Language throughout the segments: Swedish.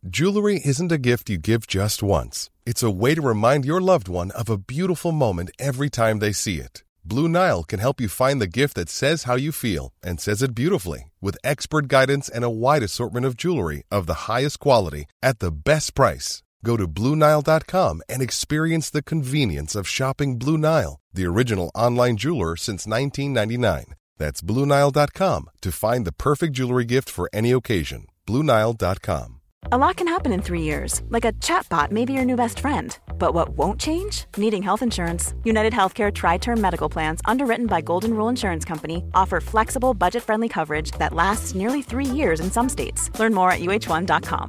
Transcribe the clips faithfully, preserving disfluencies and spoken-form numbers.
Jewelry isn't a gift you give just once. It's a way to remind your loved one of a beautiful moment every time they see it. Blue Nile can help you find the gift that says how you feel and says it beautifully, with expert guidance and a wide assortment of jewelry of the highest quality at the best price. Go to Blue Nile dot com and experience the convenience of shopping Blue Nile, the original online jeweler since nineteen ninety-nine. That's Blue Nile dot com to find the perfect jewelry gift for any occasion. Blue Nile dot com. A lot can happen in three years, like a chatbot may be your new best friend. But what won't change? Needing health insurance. United Healthcare Tri-Term Medical Plans, underwritten by Golden Rule Insurance Company, offer flexible, budget-friendly coverage that lasts nearly three years in some states. Learn more at U H one dot com.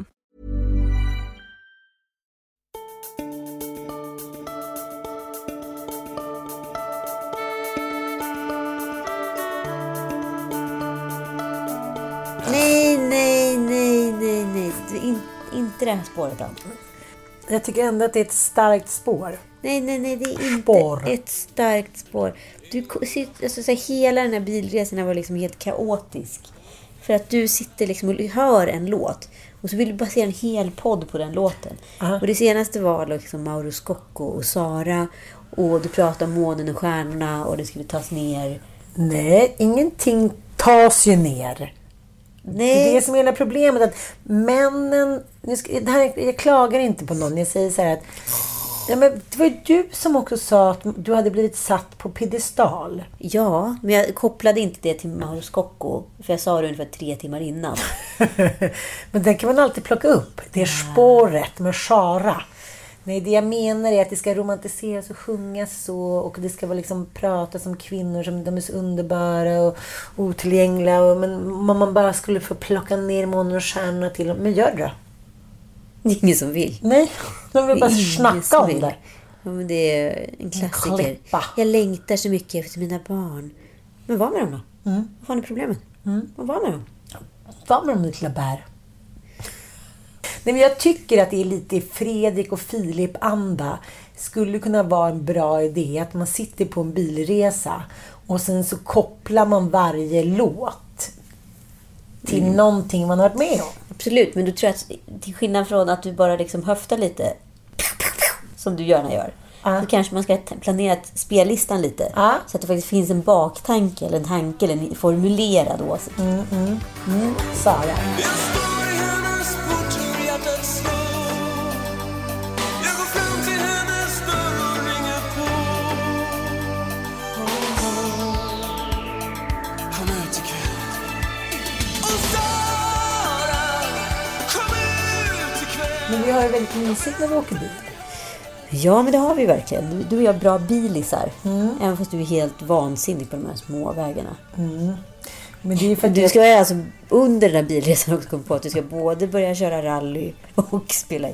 Nej, nej, nej, nej, nej. In, inte det här spåret då. Jag tycker ändå att det är ett starkt spår. Nej, nej, nej, det är inte spår. Ett starkt spår. Du, alltså, så här, hela den här bilresan var liksom helt kaotisk. För att du sitter liksom och hör en låt. Och så vill du bara se en hel podd på den låten. Uh-huh. Och det senaste var liksom Mauro Scocco och Sara. Och du pratar om månen och stjärnorna och det skulle tas ner. Nej, ingenting tas ju ner. Nej. Det är det som är hela problemet, att männen, nu ska, det här, jag klagar inte på någon, jag säger så här att ja, men det var ju du som också sa att du hade blivit satt på pedestal. Ja, men jag kopplade inte det till Mauro Scocco, för jag sa det ungefär tre timmar innan. Men det kan man alltid plocka upp, det är ja. Spåret med Sara. Nej, det jag menar är att det ska romantiseras och sjungas så, och det ska vara liksom prata som kvinnor som de är så underbara och otillgängliga, och, men man bara skulle få plocka ner månen och stjärnorna till dem. Men gör det då. Det är ingen som vill. Nej, de vill bara snacka om det. Ja, men det är en klassiker. Klippa. Jag längtar så mycket efter mina barn. Men vad med dem då? Mm. Vad fan är problemet? Mm. Vad var med dem? Vad med dem, lilla bär? Nej, men jag tycker att det är lite Fredrik och Filip anda. Skulle kunna vara en bra idé att man sitter på en bilresa och sen så kopplar man varje låt till mm. någonting man har varit med om. Absolut, men du tror att till skillnad från att du bara liksom höftar lite som du gärna gör, uh. så kanske man ska planera spellistan lite uh. så att det faktiskt finns en baktanke eller en tanke eller en formulerad åsikt. Mm, mm. Mm. Sara. Men vi har ju väldigt mysigt när vi åker bil. Ja, men det har vi verkligen. Du, du och jag är bra bilisar. Mm. Även fast du är helt vansinnig på de här små vägarna. Mm. Men det är för att du ska jag... alltså under den här bilresan också komma på att du ska både börja köra rally och spela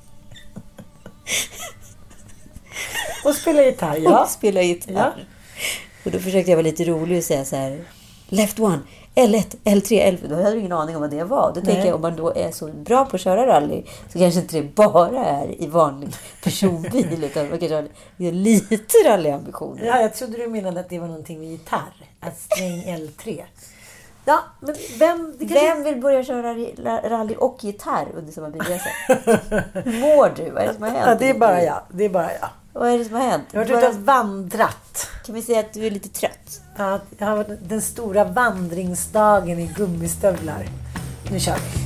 och spela gitarr, ja. Och spela gitarr. Ja. Och då försökte jag vara lite rolig och säga så här: left one, L ett, L tre, L fyra. Då hade jag ingen aning om vad det var. Då tänker jag, om man då är så bra på att köra rally så kanske inte det bara är i vanlig personbil utan man kanske har lite rallyambitioner. Ja, jag trodde du menade att det var någonting med gitarr. Att sträng L tre. Ja, men vem... Det kanske... Vem vill börja köra rally och gitarr under samma bilresa? Hur mår du? Vad är det som har hänt? Ja, det är bara jag. Det är bara jag. Vad är det som har hänt? Jag har varit ute och vandrat. Kan vi säga att du är lite trött? Ja, jag har varit den stora vandringsdagen i gummistövlar. Nu kör vi.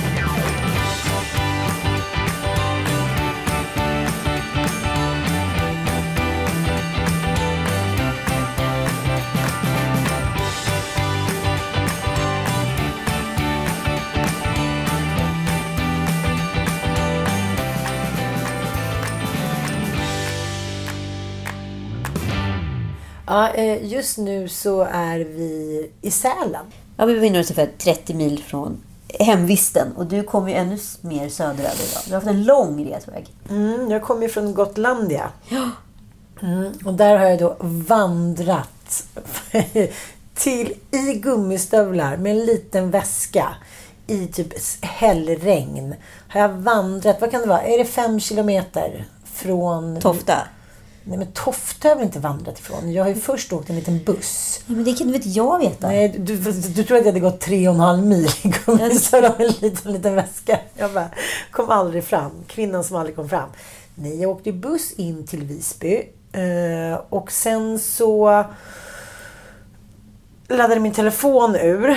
Ja, just nu så är vi i Sälen. Ja, vi befinner oss ungefär trettio mil från hemvisten. Och du kommer ju ännu mer söderöver idag. Du har haft en lång resväg. Mm, jag kommer från Gotlandia. Ja. Mm, och där har jag då vandrat till i gummistövlar med en liten väska i typ hällregn. Har jag vandrat, vad kan det vara? Är det fem kilometer från... Tofta? Nej, men Tofta har jag inte vandrat ifrån. Jag har ju först åkt en liten buss. Ja, men det kan du inte jag veta. Nej, du, du, du tror att jag hade gått tre och en halv mil i gummistövel av en liten, liten väska. Jag bara kom aldrig fram. Kvinnan som aldrig kom fram. Nej, jag åkte buss in till Visby. Eh, och sen så laddade min telefon ur.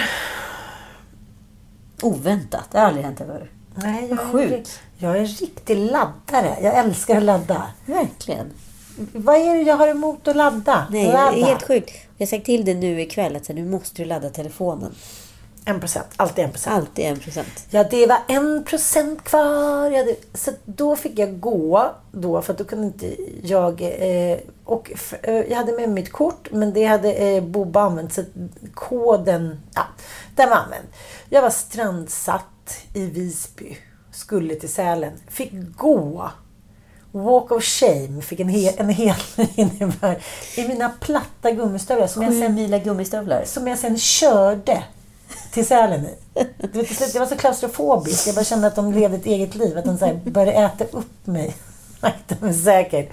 Oväntat, det har aldrig hänt över. Nej, jag är, Sjukt. jag är en riktig laddare. Jag älskar att ladda. Verkligen. Vad är det jag har emot att ladda? Nej, ladda. det är helt sjukt. Jag har sagt till dig nu ikväll att så, nu måste du ladda telefonen. En procent, alltid en procent. Alltid en procent. Ja, det var en procent kvar. Jag hade, så då fick jag gå då, för att då kunde inte jag... Eh, och f, eh, jag hade med mitt kort, men det hade eh, Boba använt. Så koden, ja, den var använd. Jag var strandsatt i Visby. Skulle till Sälen. Fick gå. Walk of shame. Fick en hel, en hel innebär. I mina platta gummistövlar. Som jag sen, mila gummistövlar. som jag sen körde till Sälen i. Det var, till slut, det var så klaustrofobiskt. Jag bara kände att de levde ett eget liv. Att de så här började äta upp mig. Akta mig säkert.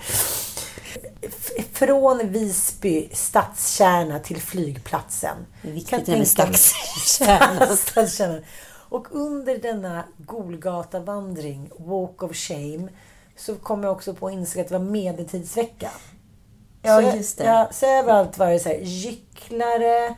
F- från Visby stadskärna till flygplatsen. Det är viktigt med stadskärna. Stadskärnan. Och under denna Golgata-vandring, Walk of Shame, så kom jag också på att inse att det var medeltidsvecka. Ja, så, just det. Ja, så överallt var det så här gycklare,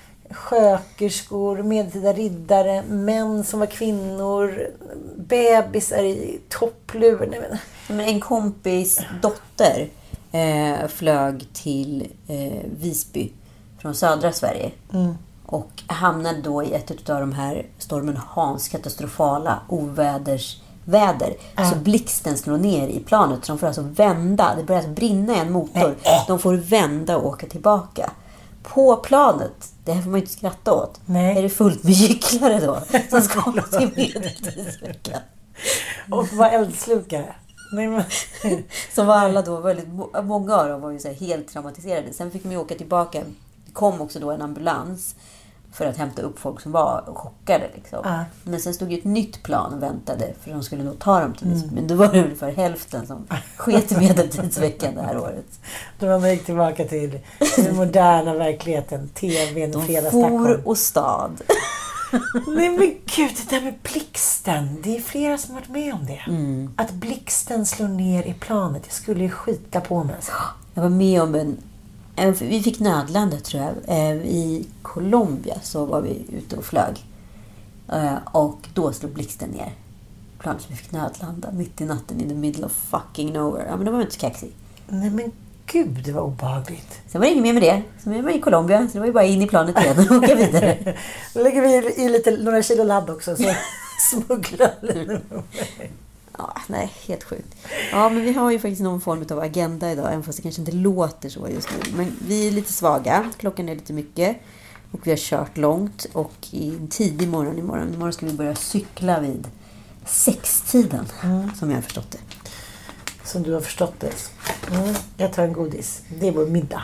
skökerskor, medeltida riddare, män som var kvinnor, bebisar i topplur. Nej, men. Men en kompis dotter eh, flög till eh, Visby från södra Sverige. Mm. Och hamnade då i ett av de här stormen Hans katastrofala ovädersväder. Mm. Så blixten slår ner i planet. Så de får alltså vända. Det börjar alltså brinna i en motor. De får vända och åka tillbaka. På planet, det här får man ju inte skratta åt. Nej. Är det fullt med gycklare då? Som ska till medeltidsveckan. Och var eldslukare. Nej, men. Som var alla då väldigt, många av dem var ju så här helt traumatiserade. Sen fick man ju åka tillbaka. Det kom också då en ambulans för att hämta upp folk som var chockade liksom. Ja. Men sen stod ju ett nytt plan och väntade för de skulle nog ta dem till Visby. Mm. Men då var det ungefär hälften som sket i medeltidsveckan det här året. Då var man gick tillbaka till den moderna verkligheten, tvn, de fredag for och stad. Nej men gud, det där med blixten. Det är flera som har varit med om det. Mm. Att blixten slår ner i planet. Jag skulle ju skita på mig. Jag var med om en... Vi fick nödlanda tror jag. I Colombia så var vi ute och flög. Och då slog blixten ner. Planet som vi fick nödlanda mitt i natten in the middle of fucking nowhere. Ja men det var inte så kaxig. Nej men gud, det var obehagligt. Sen var det inget mer med det. Sen var vi i Colombia. Så det var ju bara in i planet igen och åka vidare. Då lägger vi i lite, några kilo ladd också. Så smugglar lite. Ja, nej, helt sjukt. Ja, men vi har ju faktiskt någon form av agenda idag. Även fast det kanske inte låter så just nu. Men vi är lite svaga. Klockan är lite mycket. Och vi har kört långt. Och i tidig morgon imorgon. Imorgon ska vi börja cykla vid sextiden. Mm. Som jag har förstått det. Som du har förstått det. Mm. Jag tar en godis. Det är vår middag.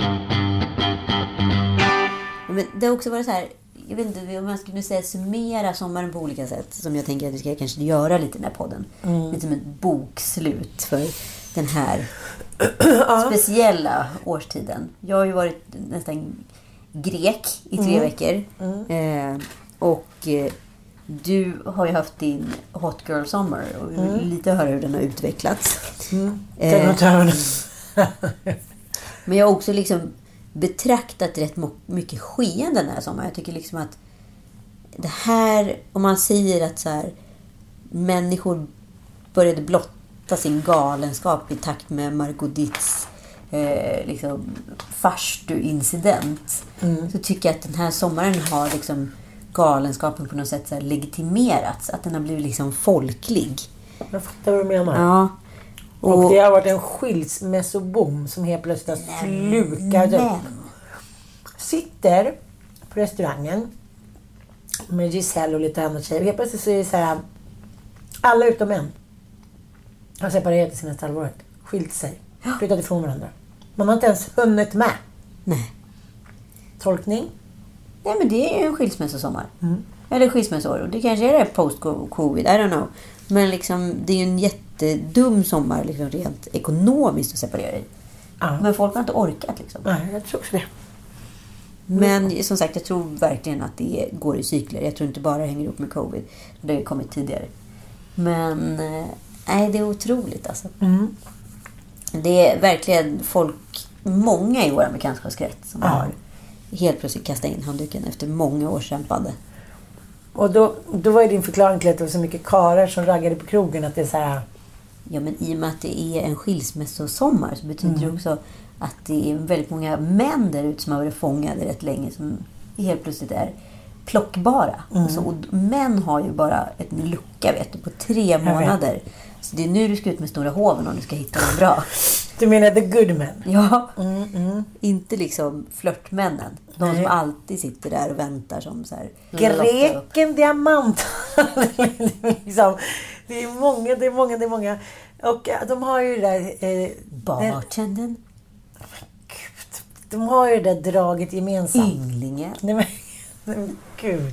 Men det har också varit så här... Jag vet inte om man skulle säga summera sommaren på olika sätt. Som jag tänker att vi ska kanske göra lite i den här podden. Mm. Lite som ett bokslut för den här speciella årstiden. Jag har ju varit nästan grek i tre mm. veckor. Mm. Eh, och eh, du har ju haft din Hot Girl Summer. Och vi vill mm. lite höra hur den har utvecklats. Mm. Eh, men jag har också liksom... betraktat rätt mycket skeenden den här sommaren. Jag tycker liksom att det här, om man säger att så här, människor började blotta sin galenskap i takt med Margot Ditts eh, liksom farstu-incident mm. så tycker jag att den här sommaren har liksom galenskapen på något sätt så här legitimerats. Att den har blivit liksom folklig. Jag fattar vad du menar. Ja. Och, och det har varit en skilsmässobom som helt plötsligt slukar upp. Sitter på restaurangen med Giselle och lite andra tjejer. Helt plötsligt så är det så här, alla utom en har separerat i senaste halvåret. Skilt sig. Flyttat ifrån varandra. Man har inte ens hunnit med. Nej. Tolkning? Nej, men det är ju en skilsmässosommar. Mm. Eller skilsmässor. Och det kanske är det post-covid. I don't know. Men liksom, det är ju en jättedum sommar liksom rent ekonomiskt att separera i. Ja. Men folk har inte orkat liksom. Nej, jag tror det. Men som sagt, jag tror verkligen att det går i cykler. Jag tror inte bara det hänger ihop med covid. Det har kommit tidigare. Men nej, det är otroligt alltså. Mm. Det är verkligen folk, många i våra bekantskapskrets som Ja. har helt plötsligt kastat in handduken efter många års kämpande. Och då, då var ju din förklaring till att det var så mycket karar som raggade på krogen att det är så här... Ja, men i och med att det är en skilsmässosommar så betyder mm. det också att det är väldigt många män där ute som har varit fångade rätt länge som helt plötsligt är plockbara. Mm. Alltså, och män har ju bara en lucka, vet du, på tre månader. Så det är nu du ska ut med stora hoven om du ska hitta någon bra. Du menar the good men? Ja, mm, mm. inte liksom flörtmännen. De som alltid sitter där och väntar som så här... Greken, diamant. liksom. Det är många, det är många, det är många. Och de har ju det där... Eh, Bartenden. Gud, de har ju det där draget gemensamt. Ynglingen. Nej men, nej, men gud.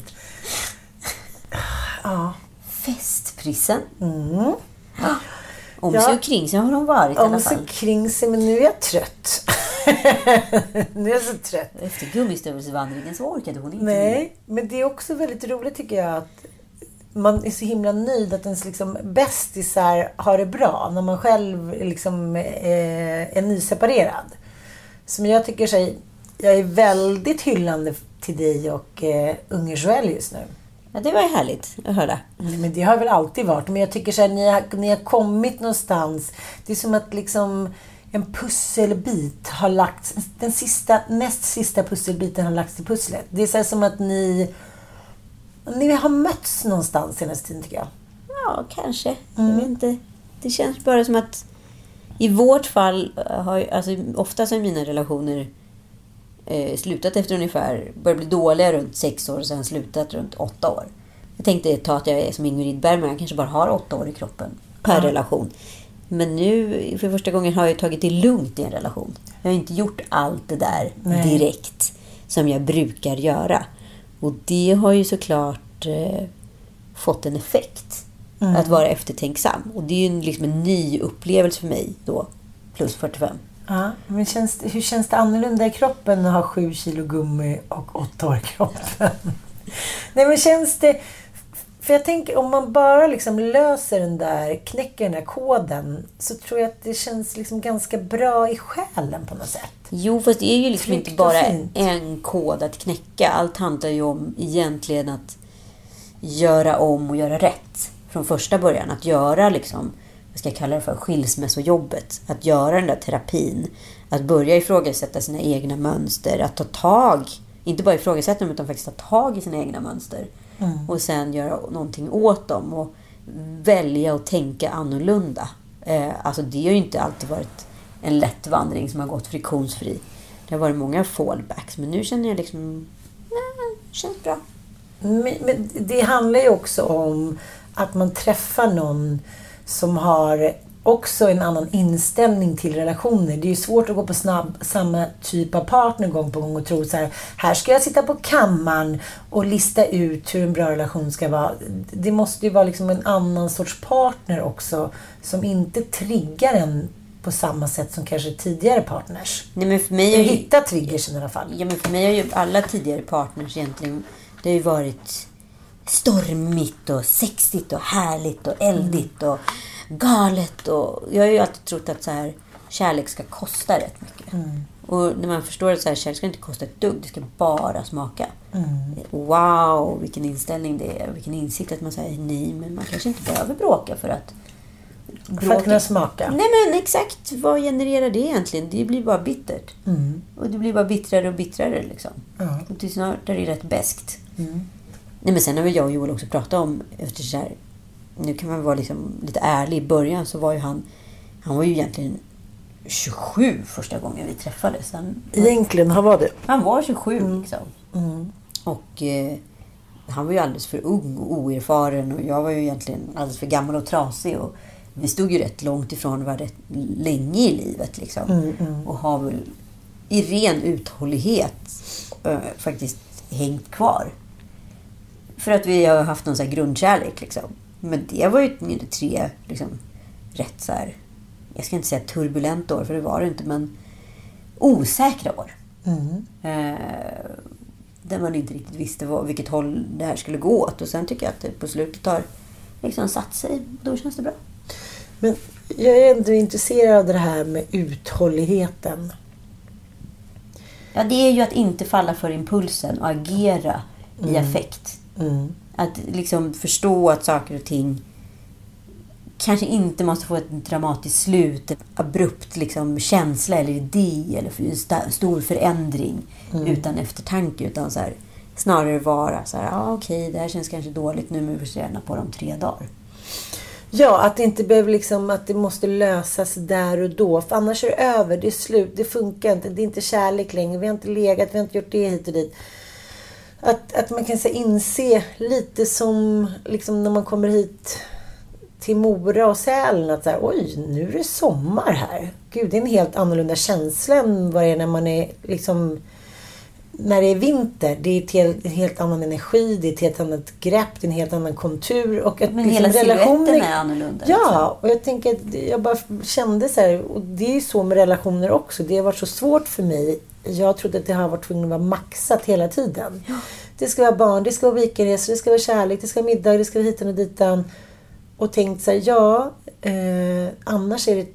Ja. Festprissen. Mm. Ja. Om sig och kring sig har de varit i alla fall. Om sig kring sig, men nu är jag trött. nu är jag så trött. Efter gummistövelsvandringen så orkade hon inte. Nej, men det är också väldigt roligt tycker jag att man är så himla nöjd att ens liksom bästisar har det bra när man själv liksom eh, är nyseparerad. Som jag tycker sig, jag är väldigt hyllande till dig och eh, unge Joel just nu. Ja, det var ju härligt att höra. Men det har väl alltid varit. Men jag tycker så här, ni har, ni har kommit någonstans. Det är som att liksom en pusselbit har lagts. Den sista, näst sista pusselbiten har lagts till pusslet. Det är så här som att ni ni har mötts någonstans senaste tiden tycker jag. Ja, kanske. Mm. Jag vet inte. Det känns bara som att i vårt fall har alltså ofta så mina relationer eh, slutat efter ungefär, börjar bli dåliga runt sex år och sen slutat runt åtta år. Jag tänkte ta att jag är som Ingrid Bergman, jag kanske bara har åtta år i kroppen per ja. relation. Men nu för första gången har jag tagit det lugnt i en relation. Jag har inte gjort allt det där Nej. direkt som jag brukar göra. Och det har ju såklart eh, fått en effekt. Mm. Att vara eftertänksam. Och det är ju liksom en ny upplevelse för mig då. Plus fyrtiofem. Ja, men känns, hur känns det annorlunda i kroppen att ha sju kilo gummi och åtta år i kroppen? Nej, men känns det... För jag tänker, om man bara liksom löser den där, knäcker den där koden, så tror jag att det känns liksom ganska bra i själen på något sätt. Jo, fast det är ju liksom Tryggt inte bara fint. en kod att knäcka. Allt handlar ju om egentligen att göra om och göra rätt. Från första början. Att göra liksom, vad ska jag kalla det för, skilsmässojobbet. Att göra den där terapin. Att börja ifrågasätta sina egna mönster. Att ta tag, inte bara ifrågasätta dem utan faktiskt ta tag i sina egna mönster. Mm. Och sen göra någonting åt dem. Och välja att tänka annorlunda. Eh, alltså det har ju inte alltid varit en lätt vandring som har gått friktionsfri. Det har varit många fallbacks. Men nu känner jag liksom, nej, det känns bra. Men, men det handlar ju också om att man träffar någon som har också en annan inställning till relationer. Det är ju svårt att gå på snabb, samma typ av partner gång på gång och tro så här, här ska jag sitta på kammaren och lista ut hur en bra relation ska vara. Det måste ju vara liksom en annan sorts partner också som inte triggar en på samma sätt som kanske tidigare partners. Nej, men för mig har ju, hitta triggersen i alla fall. Ja, men för mig har ju alla tidigare partners egentligen, det har ju varit stormigt och sexigt och härligt och eldigt och galet. Och jag har ju alltid trott att så här, kärlek ska kosta rätt mycket. Mm. Och när man förstår att så här, kärlek ska inte kosta ett dugg, det ska bara smaka. Mm. Wow, vilken inställning det är. Vilken insikt att man säger nej, men man kanske inte behöver bråka för att bråka. För att kunna smaka. Nej, men exakt, vad genererar det egentligen? Det blir bara bittert. Mm. Och det blir bara bittrare och bittrare liksom. Mm. Och till snart är det rätt bäst. Mm. Nej, men sen har väl jag och Joel också pratat om efter så här, nu kan man vara liksom lite ärlig, i början så var ju han han var ju egentligen tjugosju första gången vi träffades. Han, egentligen, han var det. Han var tjugosju mm. liksom. Mm. Och eh, han var ju alldeles för ung och oerfaren och jag var ju egentligen alldeles för gammal och trasig och vi stod ju rätt långt ifrån varandra rätt länge i livet liksom. Mm, mm. Och har väl i ren uthållighet äh, faktiskt hängt kvar. För att vi har haft någon sån här grundkärlek liksom. Men det var ju tre liksom, rätt så här, jag ska inte säga turbulent år för det var det inte, men osäkra år. Mm. Eh, där man inte riktigt visste vad, vilket håll det här skulle gå åt. Och sen tycker jag att det på slutet har liksom satt sig. Då känns det bra. Men jag är ändå intresserad av det här med uthålligheten. Ja, det är ju att inte falla för impulsen och agera mm. i affekt. Mm. Att liksom förstå att saker och ting kanske inte måste få ett dramatiskt slut, ett abrupt liksom känsla eller idé eller för st- stor förändring mm. utan eftertanke, utan så här, snarare vara så här, ja okej, det här känns kanske dåligt nu, men vi får gärna på dem tre dagar. Ja, att det inte behöver liksom, att det måste lösas där och då, för annars är det över, det är slut, det funkar inte, det är inte kärlek längre, vi har inte legat, vi har inte gjort det hit och dit. Att, att man kan så inse lite som liksom när man kommer hit till Mora och Sälen, att så här, oj, nu är det sommar här. Gud, det är en helt annorlunda känsla än vad det är när man är liksom, när det är vinter. Det är ett helt, en helt annan energi, det är ett helt annat grepp, det är en helt annan kontur. Och att, men liksom, hela silhuetten är annorlunda. Ja, liksom. Och jag tänker att jag bara kände så här, och det är ju så med relationer också. Det har varit så svårt för mig. Jag trodde att det har varit tvungen att vara maxat hela tiden. Ja. Det ska vara barn, det ska vara weekendresor, det ska vara kärlek, det ska vara middag, det ska vara hitan och ditan. Och tänkt så här, ja, eh, annars är det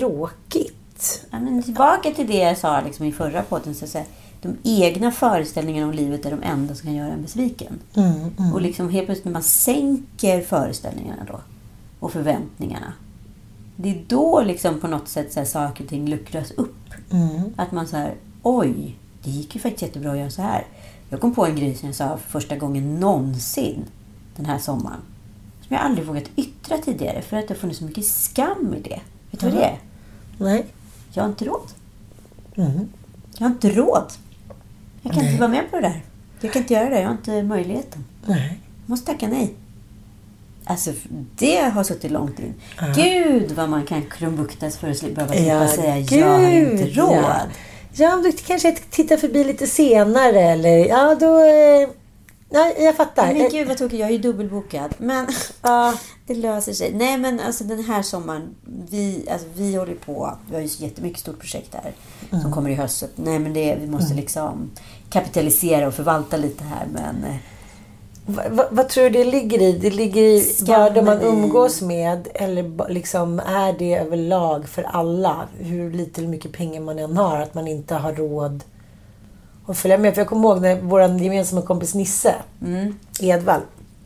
tråkigt. Ja, men tillbaka till det jag sa liksom i förra podden, så att säga, de egna föreställningarna om livet är de enda som kan göra en besviken. Mm, mm. Och liksom helt plötsligt när man sänker föreställningarna då och förväntningarna, det är då liksom på något sätt så här, saker och ting luckras upp. Mm. Att man så här, oj, det gick ju faktiskt jättebra att göra så här. Jag kom på en grej som jag sa för första gången någonsin den här sommaren, som jag aldrig vågat yttra tidigare, för att det har funnits så mycket skam i det. Vet du vad det är? Nej. Jag har inte råd. Mm. Jag har inte råd. Jag kan nej. inte vara med på det där. Jag kan inte göra det. Jag har inte möjligheten. Nej. Jag måste tacka nej. Alltså, det har suttit långt in. Uh-huh. Gud vad man kan krumbuktas för att slippa, bara ja, slippa säga Gud, jag har inte råd. Ja, ja du kanske tittar förbi lite senare. Eller, ja, då... Eh, nej, jag fattar. Men gud vad tokigt, jag är ju dubbelbokad. Men ja, det löser sig. Nej, men alltså den här sommaren, vi, alltså, vi håller på, vi har ju så jättemycket stort projekt här mm. som kommer i höst. Nej, men det, vi måste mm. liksom kapitalisera och förvalta lite här, men... Va, va, vad tror du det ligger i? Det ligger i vad de man umgås med, eller liksom är det överlag för alla, hur lite eller mycket pengar man än har, att man inte har råd att följa med. För jag kommer ihåg när vår gemensamma kompis Nisse mm. Edvall,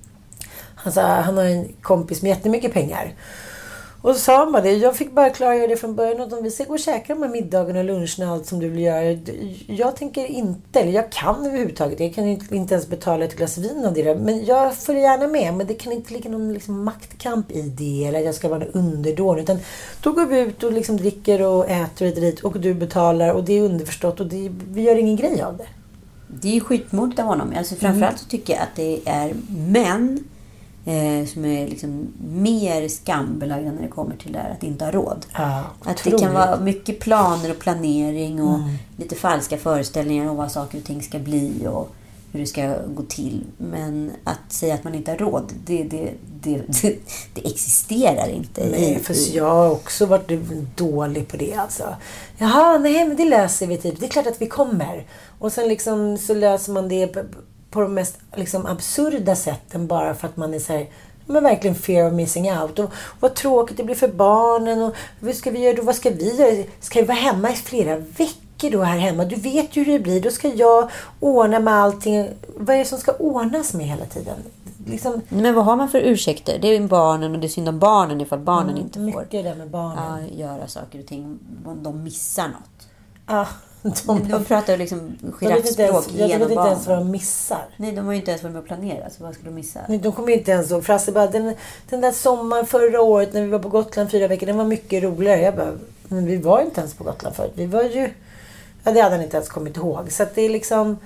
han sa, han har en kompis med jättemycket pengar. Och så sa man det, jag fick bara klargöra det från början, att om vi ska gå och käka de här middagarna och luncherna och allt som du vill göra. Jag tänker inte, eller jag kan överhuvudtaget, jag kan inte ens betala ett glas vin av det. Men jag följer gärna med, men det kan inte ligga någon liksom maktkamp i det, eller att jag ska vara en underdån. Utan då går vi ut och liksom dricker och äter och dit, och du betalar, och det är underförstått, och det, vi gör ingen grej av det. Det är ju skitmodigt av honom. Alltså, framförallt så tycker jag att det är män Eh, som är liksom mer skambelagda när det kommer till det här att inte ha råd. Ja, att det kan vara mycket planer och planering och mm. lite falska föreställningar om vad saker och ting ska bli och hur det ska gå till. Men att säga att man inte har råd, det, det, det, det, det existerar inte. Nej, för jag har också varit dålig på det. Alltså. Jaha, nej, men det löser vi typ. Det är klart att vi kommer. Och sen liksom så löser man det på, på de mest liksom absurda sätten, bara för att man är så här, men verkligen fear of missing out. Och vad tråkigt det blir för barnen. Och vad ska vi göra då? Vad ska vi göra? Ska vi vara hemma i flera veckor då här hemma? Du vet ju hur det blir. Då ska jag ordna med allting. Vad är det som ska ordnas med hela tiden? Liksom... Men vad har man för ursäkter? Det är ju barnen, och det är synd om barnen ifall barnen mm, inte får mycket där med barnen. Ja, göra saker och ting. De missar något. Ja. De, de pratar liksom giraffspråk genom barnen. Jag vet inte ens vad de missar. Nej, de har ju inte ens varit med att planera. Så vad skulle de missa? Nej, de kommer inte ens så. Frasse bara, den, den där sommaren förra året när vi var på Gotland fyra veckor, den var mycket roligare. Jag bara, men vi var inte ens på Gotland förut. Vi var ju... Ja, det hade han inte ens kommit ihåg. Så att det är liksom...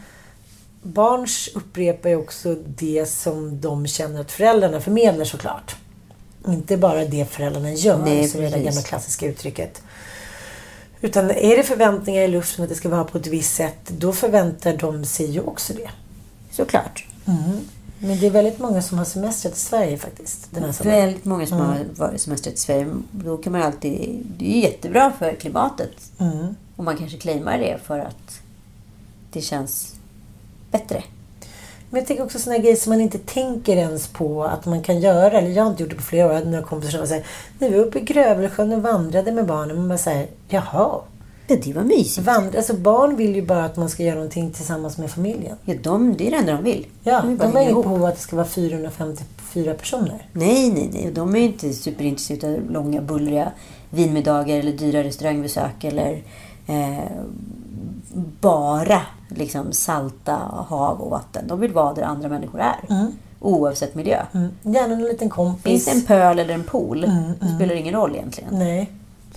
Barns upprepar ju också det som de känner att föräldrarna förmedlar, såklart. Inte bara det föräldrarna gör. Nej, som är det gamla klassiska uttrycket. Utan är det förväntningar i luften att det ska vara på ett visst sätt, då förväntar de sig ju också det. Såklart. Mm. Men det är väldigt många som har semestrat i Sverige faktiskt. Den här väldigt många som mm. har varit semestrat i Sverige. Då kan man alltid... Det är ju jättebra för klimatet. Mm. Och man kanske claimar det för att det känns bättre. Men jag tänker också såna grejer som man inte tänker ens på att man kan göra. Eller jag har inte gjort det på flera år. Jag hade några kompisar som säger, när vi var uppe i Grövelsjön och vandrade med barnen. Man bara säger, jaha. Ja, det var mysigt. Vandra, alltså barn vill ju bara att man ska göra någonting tillsammans med familjen. Ja, de, det är det enda de vill. Ja, de, de har inget behov att det ska vara fyrahundrafemtiofyra personer. Nej, nej, nej. De är ju inte superintresserade av långa, bullriga vinmiddagar eller dyra restaurangbesök eller eh, bara liksom salta hav och vatten. De vill vara där andra människor är. Mm. Oavsett miljö. Mm. Gärna en liten kompis. Finns det en pöl eller en pool? Mm, mm. Det spelar ingen roll egentligen. Nej.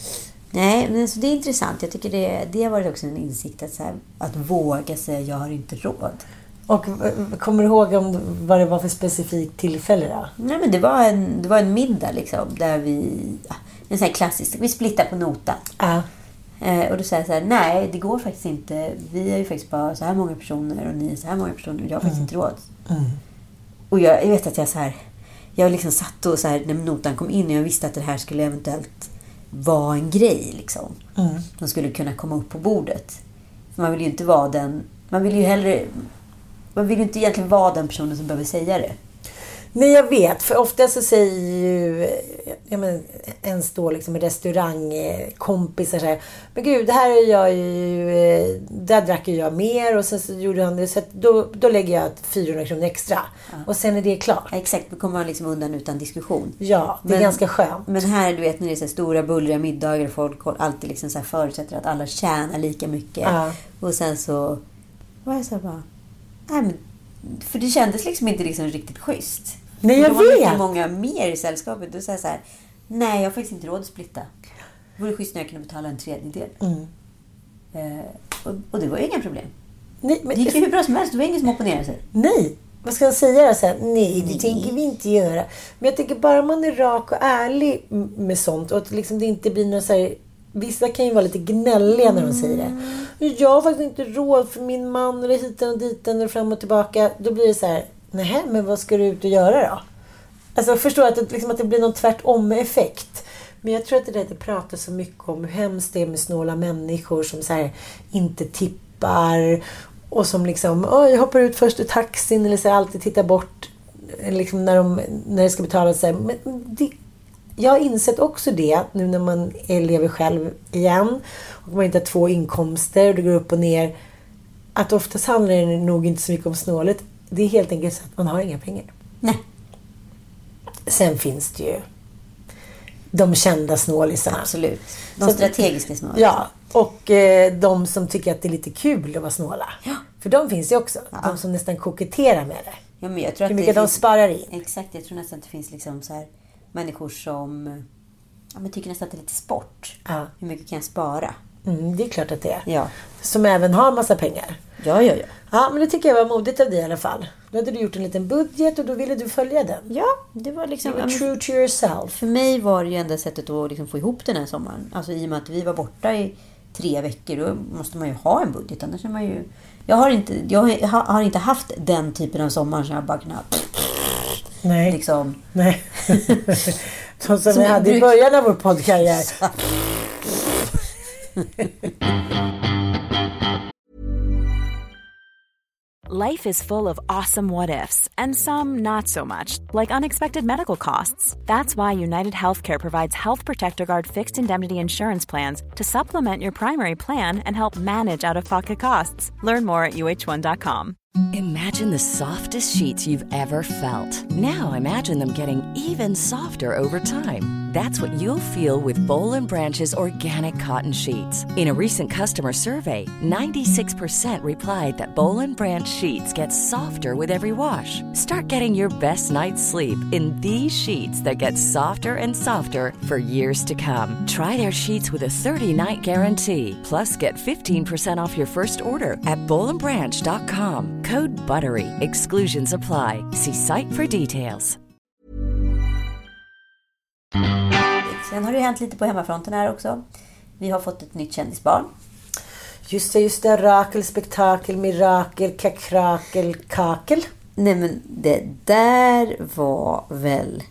Nej, men så det är intressant. Jag tycker det, det har varit också en insikt att, så här, att våga säga jag har inte råd. Och kommer du ihåg om vad det var för specifikt tillfälle då? Nej, men det var en, det var en middag liksom, där vi, en sån här klassisk, vi splittar på notan. Ja. Eh, och då säger jag så här, nej det går faktiskt inte. Vi är ju faktiskt bara så här många personer och ni är så här många personer och jag har faktiskt mm. inte råd. Mm. Och jag, jag vet att jag så här, jag liksom satt och så här, när notan kom in och jag visste att det här skulle eventuellt vara en grej liksom. Mm. Som skulle kunna komma upp på bordet. För man vill ju inte vara den, man vill ju hellre, man vill ju inte egentligen vara den personen som behöver säga det. Nej, jag vet. För ofta så säger ju jag men, en står liksom i restaurangkompisar så här, men gud, det här är jag ju, där drack jag mer och sen så gjorde han det, så att då, då lägger jag fyrahundra kronor extra. Ja. Och sen är det klart. Ja, exakt, då kommer man liksom undan utan diskussion. Ja, det är men, ganska skönt. Men här, du vet, när det är så stora bullriga middagar och folk alltid liksom så här förutsätter att alla tjänar lika mycket. Ja. Och sen så var jag så här bara, nej men, för det kändes liksom inte liksom riktigt schysst. Nej, jag vet. Det var var många mer i sällskapet. Då säger så här, nej, jag har faktiskt inte råd att splitta. Det vore schysst när jag kunde betala en tredjedel. Mm. Eh, och, och det var ju inga problem. Nej, men det gick ju hur bra som helst. Det var ingen som opponerade sig. Nej, vad ska jag säga så här? Nej, det nej. tänker vi inte göra. Men jag tycker bara man är rak och ärlig med sånt. Och att liksom det inte blir något så här. Vissa kan ju vara lite gnälliga när de säger det. Jag har faktiskt inte råd för min man. Eller hit och dit och fram och tillbaka. Då blir det så här. Nej, men vad ska du ut och göra då? Alltså jag förstår att det, liksom, att det blir någon tvärtom-effekt. Men jag tror att det där det pratar så mycket om hur hemskt det är med snåla människor som så här, inte tippar och som liksom, åh, jag hoppar ut först i taxin eller så här, alltid tittar bort liksom, när, de, när det ska betalas. Så här. Men det, jag har insett också det nu när man lever själv igen och man inte har två inkomster och det går upp och ner, att oftast handlar det nog inte så mycket om snålet. Det är helt enkelt så att man har inga pengar. Nej. Sen finns det ju de kända snålisarna. Absolut. De så strategiska snålisarna. Ja, och eh, de som tycker att det är lite kul att vara snåla. Ja. För de finns ju också. Ja. De som nästan koketterar med det. Ja, men jag tror hur att mycket det de finns, sparar in. Exakt, jag tror nästan att det finns liksom så här människor som ja, men tycker nästan att det är lite sport. Ja. Hur mycket kan jag spara? Mm, det är klart att det är. Ja. Som även har massa pengar. Ja, ja, ja. Ja, men det tycker jag var modigt av dig i alla fall. Då hade du gjort en liten budget och då ville du följa den. Ja, det var liksom... You were true to yourself. För mig var det ju enda sättet att liksom få ihop den här sommaren. Alltså i och med att vi var borta i tre veckor, då måste man ju ha en budget. Annars är man ju... Jag har inte, jag har inte haft den typen av sommar som jag bara kunnat... Nej. Liksom... Nej. Som, som vi hade bruk... i början av vår poddkarriär. Life is full of awesome what-ifs, and some not so much, like unexpected medical costs. That's why United Healthcare provides Health Protector Guard fixed indemnity insurance plans to supplement your primary plan and help manage out-of-pocket costs. Learn more at U H one dot com. Imagine the softest sheets you've ever felt. Now imagine them getting even softer over time. That's what you'll feel with Boll and Branch's organic cotton sheets. In a recent customer survey, ninety-six percent replied that Boll and Branch sheets get softer with every wash. Start getting your best night's sleep in these sheets that get softer and softer for years to come. Try their sheets with a thirty-night guarantee. Plus, get fifteen percent off your first order at boll and branch dot com. Code BUTTERY. Exclusions apply. See site for details. Sen har det hänt lite på hemmafronten här också. Vi har fått ett nytt kändisbarn. Just det, just det. Rakel, spektakel, mirakel, kakrakel, kakel. Nej, men det där var väl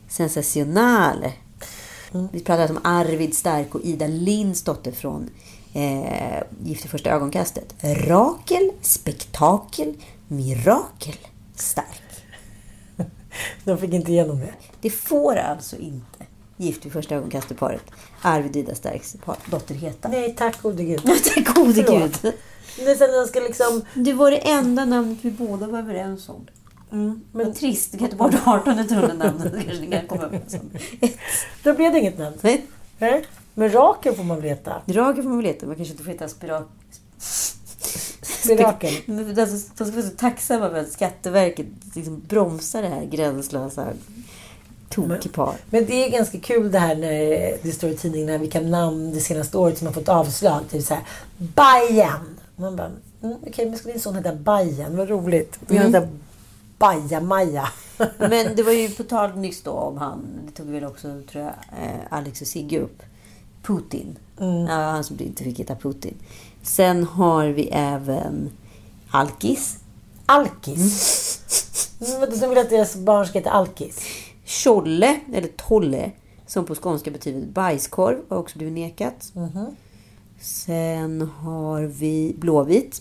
sensationellt. Mm. Vi pratade om Arvid Stark och Ida Linds dotter från eh, Gift i första ögonkastet. Rakel, spektakel, mirakel, stark. De fick inte igenom det. Det får alltså inte Gift i första ögonkastet paret Arvid Ida Starks dotter heta. Nej, tack gode gud. Tack gode gud. Men sen de ska liksom... Det var det enda namnet vi båda var överens om. Mm, men trist, det kan inte vara artonde tunnelnamnet. Det kanske inte kan komma upp som ett. Då blev det inget namn. Nej. Nej. Men Rakel får man veta. Rakel får man veta. Man kanske inte får heta spirak... Spirakel. Men alltså, de ska vara så tacksamma för att Skatteverket liksom bromsar det här gränslösa tokipar. Men, men det är ganska kul det här när det står i tidningen vilka namn det senaste året som har fått avslag. Typ så här, Bajen. Man bara, mm, okej, okay, men ska din son heta Bajen? Vad roligt. Vi mm. heter Baja Maja. Men det var ju på tal nyss då om han, det tog väl också, tror jag, Alex och Sigge upp. Putin. Mm. Ja, han som inte fick heta Putin. Sen har vi även Alkis. Alkis? Mm. Men du vill att deras barn ska heta Alkis? Tjolle, eller Tolle, som på skånska betyder bajskorv, har också blivit nekat. Mm. Sen har vi Blåvit.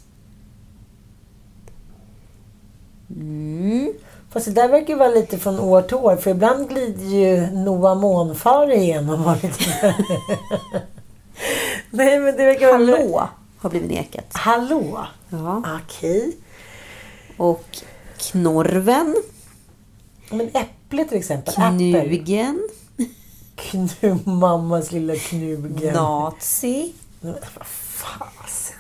Mm. Fast det där verkar vara lite från år till år. För ibland glider ju Noah Månfar igenom. Nej, men det verkar Hallå vara... har blivit nekat. Hallå? Ja. Okej. Och Knorven. Men äpple till exempel. Knugen. Knu, mammas lilla knugen. Nazi. Vad fasen.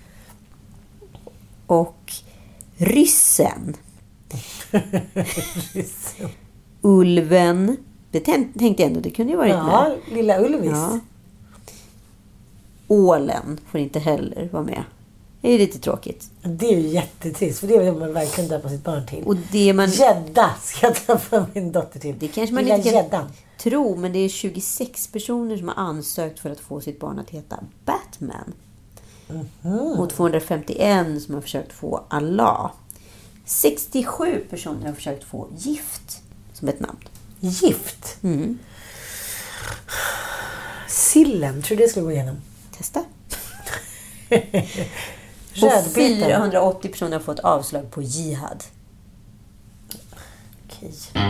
Och ryssen. ryssen. Ulven. Det tänkte jag ändå, det kunde ju varit ja, med. Lilla Ulvis. Ja. Ålen får inte heller vara med. Det är lite tråkigt. Det är ju jättetrist, för det vill man verkligen döpa sitt barn till. Och det man... Gädda ska jag döpa min dotter till. Det kanske man Lilla inte kan gäddan. tro, men det är tjugosex personer som har ansökt för att få sitt barn att heta Batman. Mm-hmm. Och tvåhundrafemtioen som har försökt få Allah. sextiosju personer har försökt få Gift som ett namn. Gift? Mm. Sillen, tror du det skulle gå igenom? Testa. Och fyrahundraåttio personer har fått avslag på jihad. Okej.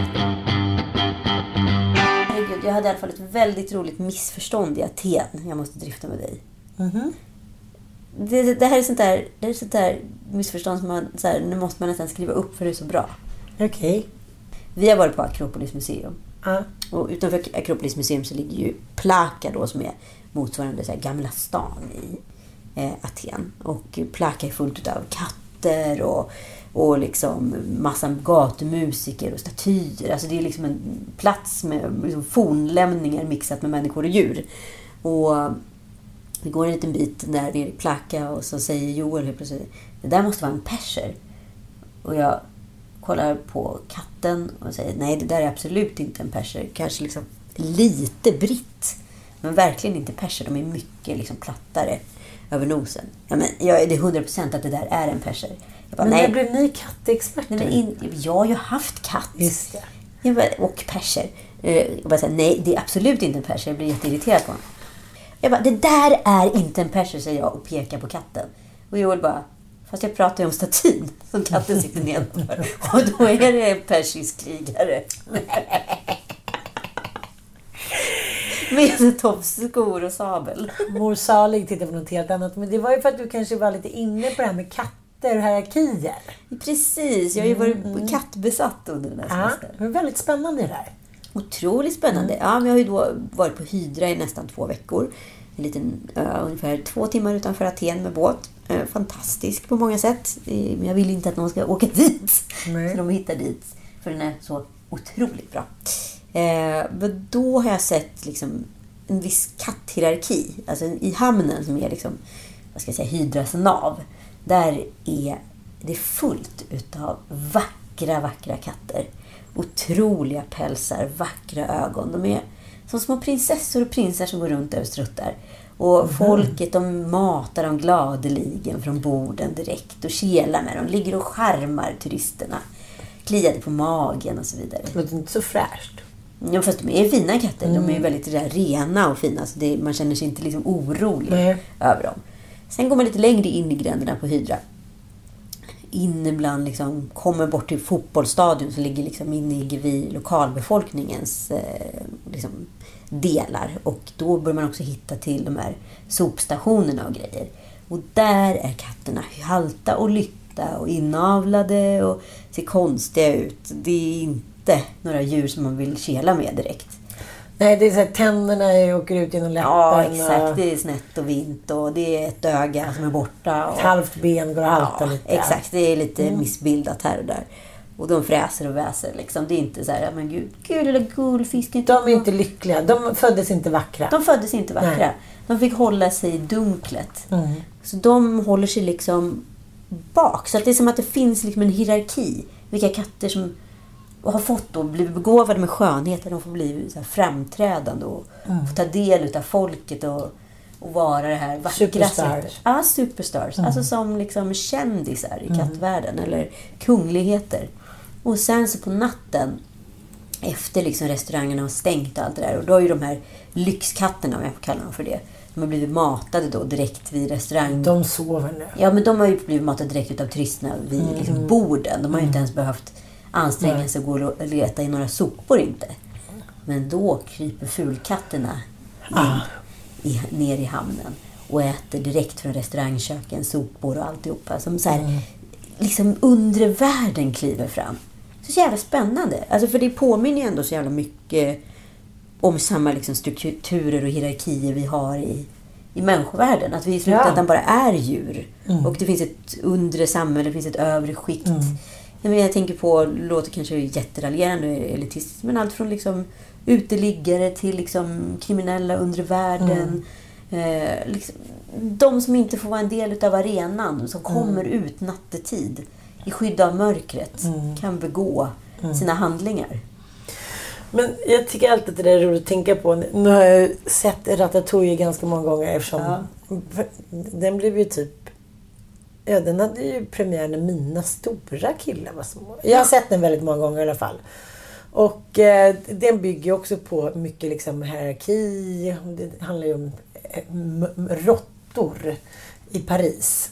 Herregud, jag hade i alla fall ett väldigt roligt missförstånd i Aten. Jag måste drifta med dig. Mm-hmm. Det, det, det här är sånt där, det är sånt där missförstånd som man, så här, nu måste man nästan skriva upp för det är så bra. Okej. Okay. Vi har varit på Akropolis museum. Uh. Och utanför Akropolis museum så ligger ju Plaka då, som är motsvarande så här, Gamla stan i eh, Aten. Och Plaka är fullt av katter och, och liksom massa gatumusiker och statyer. Alltså det är liksom en plats med liksom fornlämningar mixat med människor och djur. Och vi går en liten bit där nere i Plaka och så säger Joel helt plötsligt, det där måste vara en perser. Och jag kollar på katten och säger, nej, det där är absolut inte en perser. Kanske liksom lite britt, men verkligen inte perser. De är mycket liksom plattare över nosen. Ja, men jag är det hundra procent att det där är en perser. Jag bara, men nej. när blev ni kattexperter? Nej, men in, jag har ju haft katt. Just det. Jag bara, och perser. Jag bara säger, nej, det är absolut inte en perser. Jag blir jätteirriterad på honom. Jag bara, det där är inte en perser, säger jag och pekar på katten. Och Joel bara, fast jag pratar ju om statyn som katten sitter nedanför. Och då är det en persisk krigare. Med toppskor och sabel. Mor Salig tittar på något helt annat. Men det var ju för att du kanske var lite inne på det här med katter och hierarkier. Precis, jag har ju varit mm. kattbesatt under den här semestern. Ja, det var väldigt spännande det där. Otroligt spännande. Mm. Ja, men jag har ju då varit på Hydra i nästan två veckor. En liten ö, ungefär två timmar utanför Aten med båt. Fantastisk på många sätt. Men jag vill inte att någon ska åka dit. Nej. Så de hittar dit. För den är så otroligt bra. Eh, men då har jag sett liksom en viss katthierarki. Alltså i hamnen som är liksom, vad ska jag säga, Hydras nav. Där är det fullt utav vackra, vackra katter. Otroliga pälsar, vackra ögon. De är som små prinsessor och prinsar som går runt över struttar. Och mm. folket, de matar dem gladeligen från borden direkt och kelar med dem. Ligger och charmar turisterna. Kliade på magen och så vidare. Det låter inte så fräscht. Ja, fast de är fina katter. Mm. De är väldigt där, rena och fina. Så det, man känner sig inte liksom orolig Nej. över dem. Sen går man lite längre in i gränderna på Hydra. In ibland liksom, kommer bort till fotbollsstadion som ligger liksom inne vid lokalbefolkningens eh, liksom, delar. Och då börjar man också hitta till de här sopstationerna och grejer. Och där är katterna halta och lytta och inavlade och ser konstiga ut. Det är inte några djur som man vill kela med direkt. Nej, det är så här, tänderna åker ut genom läppen. Ja, exakt. Och... det är snett och vint och det är ett öga som är borta. Och... ett halvt ben går och haltar ja, lite. Exakt, det är lite mm. missbildat här och där. Och de fräser och väser liksom. Det är inte så här, ja, men gud, gud lilla gullfisken. De är inte lyckliga. De föddes inte vackra. De föddes inte vackra. Nej. De fick hålla sig i dunklet. Mm. Så de håller sig liksom bak. Så att det är som att det finns liksom en hierarki. Vilka katter som har fått då blivit begåvade med skönheten. De får bli så här framträdande och mm. få ta del av folket och, och vara det här vackra superstars. sättet. Ja, superstars. Mm. Alltså som liksom kändisar i kattvärlden. Mm. Eller kungligheter. Och sen så på natten efter liksom restaurangerna har stängt och allt det där. Och då är ju de här lyxkatterna, om jag får kalla dem för det. De har blivit matade då direkt vid restaurangen. De sover nu. Ja, men de har ju blivit matade direkt utav turisterna vid mm. liksom borden. De har ju mm. inte ens behövt anstränga sig och gå och leta i några sopor inte. Men då kryper fulkatterna in, ah. i, ner i hamnen och äter direkt från restaurangköken, sopor och alltihopa. Som så här, mm. liksom undre världen kliver fram. Så jävla spännande. Alltså för det påminner ju ändå så jävla mycket om samma liksom strukturer och hierarkier vi har i, i människovärlden. Att vi i slutändan ja. bara är djur. Mm. Och det finns ett undre samhälle, det finns ett övre skikt. Mm. Men jag tänker på, låter kanske jätteraljerande och elitistiskt, men allt från liksom uteliggare till liksom kriminella undre världen. Mm. Eh, liksom, de som inte får vara en del av arenan, som kommer mm. ut nattetid i skydd av mörkret, mm. kan begå mm. sina handlingar. Men jag tycker alltid att det är roligt att tänka på. Nu har jag sett Ratatouille ganska många gånger eftersom ja. den blev ju typ ja, den hade ju premiär när mina stora killar var små. Jag har sett den väldigt många gånger i alla fall. Och eh, den bygger också på mycket liksom hierarki. Det handlar ju om eh, m- råttor i Paris.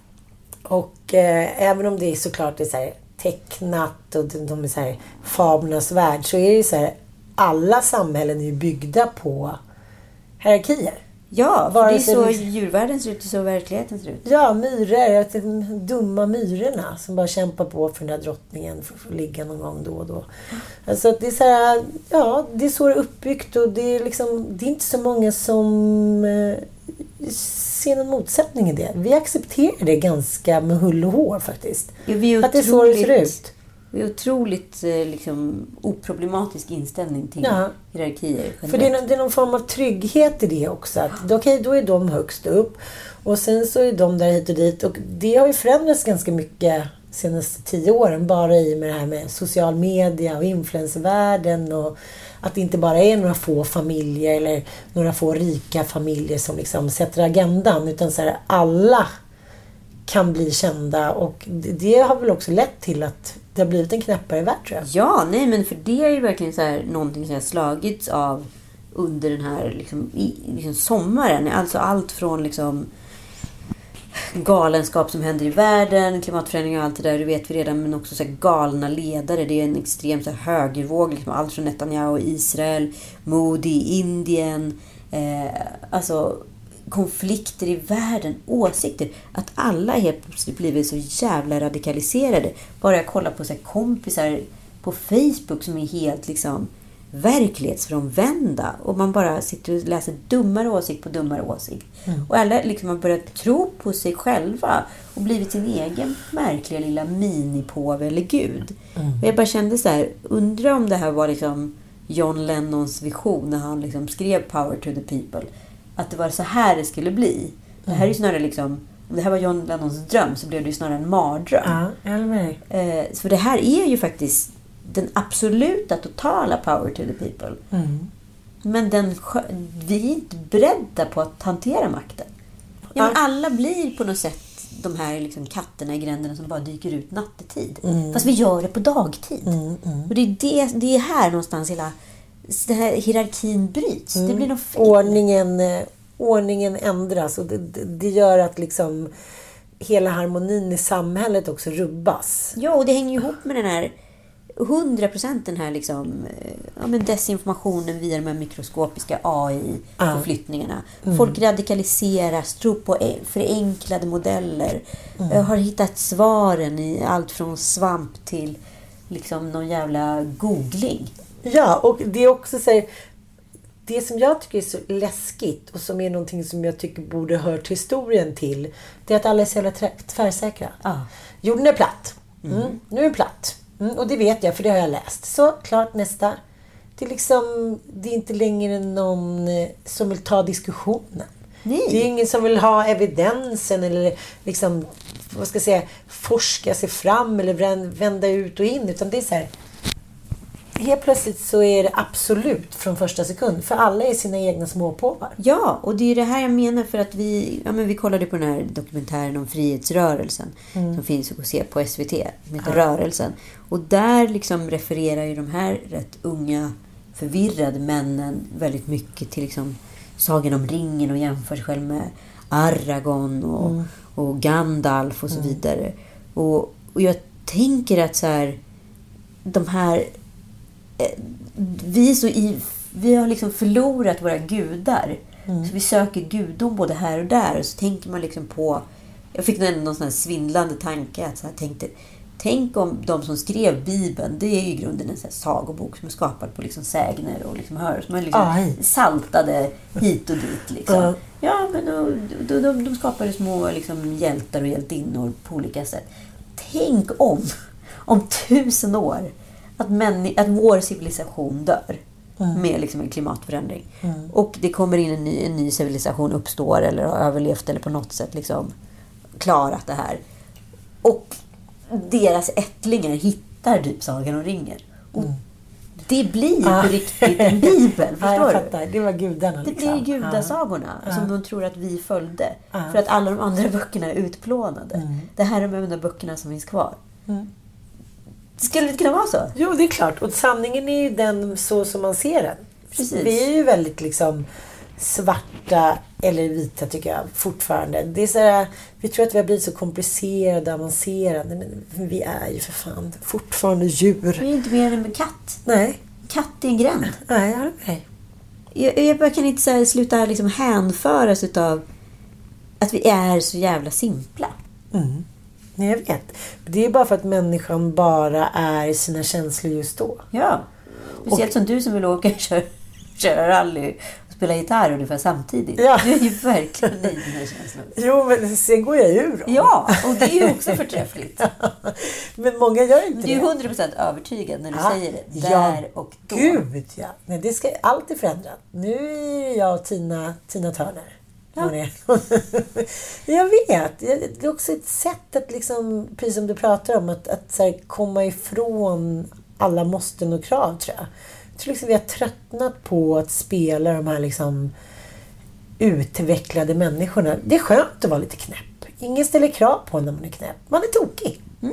Och eh, även om det är såklart är så här tecknat och de, de är så här fablernas värld, så är det ju så här, alla samhällen är ju byggda på hierarkier. Ja, för det är så liksom, djurvärlden ser ut och så verkligheten ser ut. Ja, myror, de dumma myrorna som bara kämpar på för den här drottningen för att få ligga någon gång då och då. Alltså det är så här, ja, det är så det är uppbyggt och det är liksom, det är inte så många som eh, ser någon motsättning i det. Vi accepterar det ganska med hull och hår faktiskt. Ja, vi är att det är så det ser ut. Det är otroligt liksom, oproblematisk inställning till ja. hierarkier. Generellt. För det är, det är någon form av trygghet i det också. Att, okay, då är de högst upp och sen så är de där hit och dit. Och det har ju förändrats ganska mycket de senaste tio åren. Bara i med det här med social media och influencervärlden. Och att det inte bara är några få familjer eller några få rika familjer som liksom sätter agendan. Utan så här, alla kan bli kända och det har väl också lett till att det har blivit en knäppare värld, tror jag. Ja, nej, men för det är ju verkligen så här någonting som har slagits av under den här liksom, i, liksom sommaren. Alltså allt från liksom galenskap som händer i världen, klimatförändringar och allt det där, det vet vi redan, men också så här galna ledare. Det är en extrem så här högervåg, liksom, allt från Netanyahu i Israel, Modi i Indien, eh, alltså konflikter i världen, åsikter, att alla helt plötsligt blivit så jävla radikaliserade. Bara jag kollar på så här kompisar på Facebook som är helt liksom verklighetsfrånvända och man bara sitter och läser dummare åsikt på dummare åsikt. Mm. Och alla liksom har börjat tro på sig själva och blivit sin egen märkliga lilla minipåve eller gud. Mm. Och jag bara kände så här, undrar om det här var liksom John Lennons vision när han liksom skrev Power to the People. Att det var så här det skulle bli. Det här är ju snarare liksom, om det här var John Lennons dröm så blev det ju snarare en mardröm. Ja, jag med. Eh, för det här är ju faktiskt den absoluta totala power to the people. Mm. Men den, vi är inte beredda på att hantera makten. Ja, men alla blir på något sätt de här liksom katterna i gränderna som bara dyker ut nattetid. Mm. Fast vi gör det på dagtid. Mm, mm. Och det är, det, det är här någonstans hela det här hierarkin bryts. Mm. Det blir något fel. Ordningen, ordningen ändras och det, det, det gör att liksom hela harmonin i samhället också rubbas. Ja, och det hänger ju ihop med den här hundra procent den här liksom, ja, men desinformationen via de här mikroskopiska A I-förflyttningarna. Mm. Folk radikaliseras, tror på förenklade modeller. Mm. Har hittat svaren i allt från svamp till liksom någon jävla googling. Ja, och det är också så här, det som jag tycker är så läskigt och som är någonting som jag tycker borde hört historien till, det är att alla är så jävla tvärsäkra. Ah. Jorden är platt. Mm. Mm. Nu är den platt. Mm, och det vet jag, för det har jag läst. Så, klart, nästa. Det är liksom, det är inte längre någon som vill ta diskussionen. Nej. Det är ingen som vill ha evidensen eller liksom, vad ska jag säga, forska sig fram eller vända ut och in. Utan det är så här, helt plötsligt så är det absolut från första sekund. För alla är sina egna småpåvar. Ja, och det är det här jag menar, för att vi, ja, men vi kollade på den här dokumentären om frihetsrörelsen mm. som finns att se på S V T, med ja. Rörelsen. Och där liksom refererar ju de här rätt unga förvirrade männen väldigt mycket till liksom Sagan om ringen och jämför sig själv med Aragorn och, mm. och Gandalf och så mm. vidare. Och, och jag tänker att så här, de här vi, är så i, vi har liksom förlorat våra gudar. Mm. Så vi söker gudom både här och där. Och så tänker man liksom på, jag fick någon, någon sån här svindlande tanke att så här, tänkte, tänk om de som skrev Bibeln, det är ju i grunden en sån här sagobok som är skapad på liksom sägner och liksom hör, som är liksom saltade hit och dit liksom. Mm. Ja, men då, då, de, de skapade små liksom hjältar och hjältinnor på olika sätt. Tänk om om tusen år att, män, att vår civilisation dör mm. med liksom en klimatförändring. Mm. Och det kommer in en ny, en ny civilisation uppstår eller har överlevt eller på något sätt liksom klarat det här. Och deras ättlingar hittar typ Sagan om ringen. Och mm. det blir ah. på riktigt en bibel, förstår ah, jag fattar. Du? Det var gudarna liksom. Det blir gudasagorna ah. som de tror att vi följde. Ah. För att alla de andra böckerna är utplånade. Mm. Det här är de enda böckerna som finns kvar. Mm. Skulle det kunna vara så? Jo, det är klart. Och sanningen är ju den så som man ser den. Precis. Vi är ju väldigt liksom svarta eller vita tycker jag fortfarande. Det är så här, vi tror att vi har blivit så komplicerade och avancerade. Men vi är ju för fan fortfarande djur. Vi är inte mer än en katt. Nej. Katt i en gränd. Nej, jag nej. Jag, jag bara kan inte så här, sluta liksom hänföras utav att vi är så jävla simpla. Mm. Nej, jag vet. Det är bara för att människan bara är sina känslor just då. Ja. Speciellt och, som du som vill åka och köra, köra rally och spela gitarr ungefär samtidigt. Ja. Du är ju verkligen i den här känslan. Jo, men sen går jag ur. Då. Ja, och det är ju också förträffligt. Ja. Men många gör inte det. Du är hundra procent övertygad när du ja. säger det. Där ja. Och då. Gud, ja. Nej, det ska alltid förändras. Nu är jag och Tina, Tina Turner. Ja. Jag vet. Det är också ett sätt att liksom, precis som du pratar om, att, att så här, komma ifrån alla måsten och krav, tror jag. Jag tror liksom vi har tröttnat på att spela de här liksom utvecklade människorna. Det är skönt att vara lite knäpp. Ingen ställer krav på när man är knäpp. Man är tokig. Mm.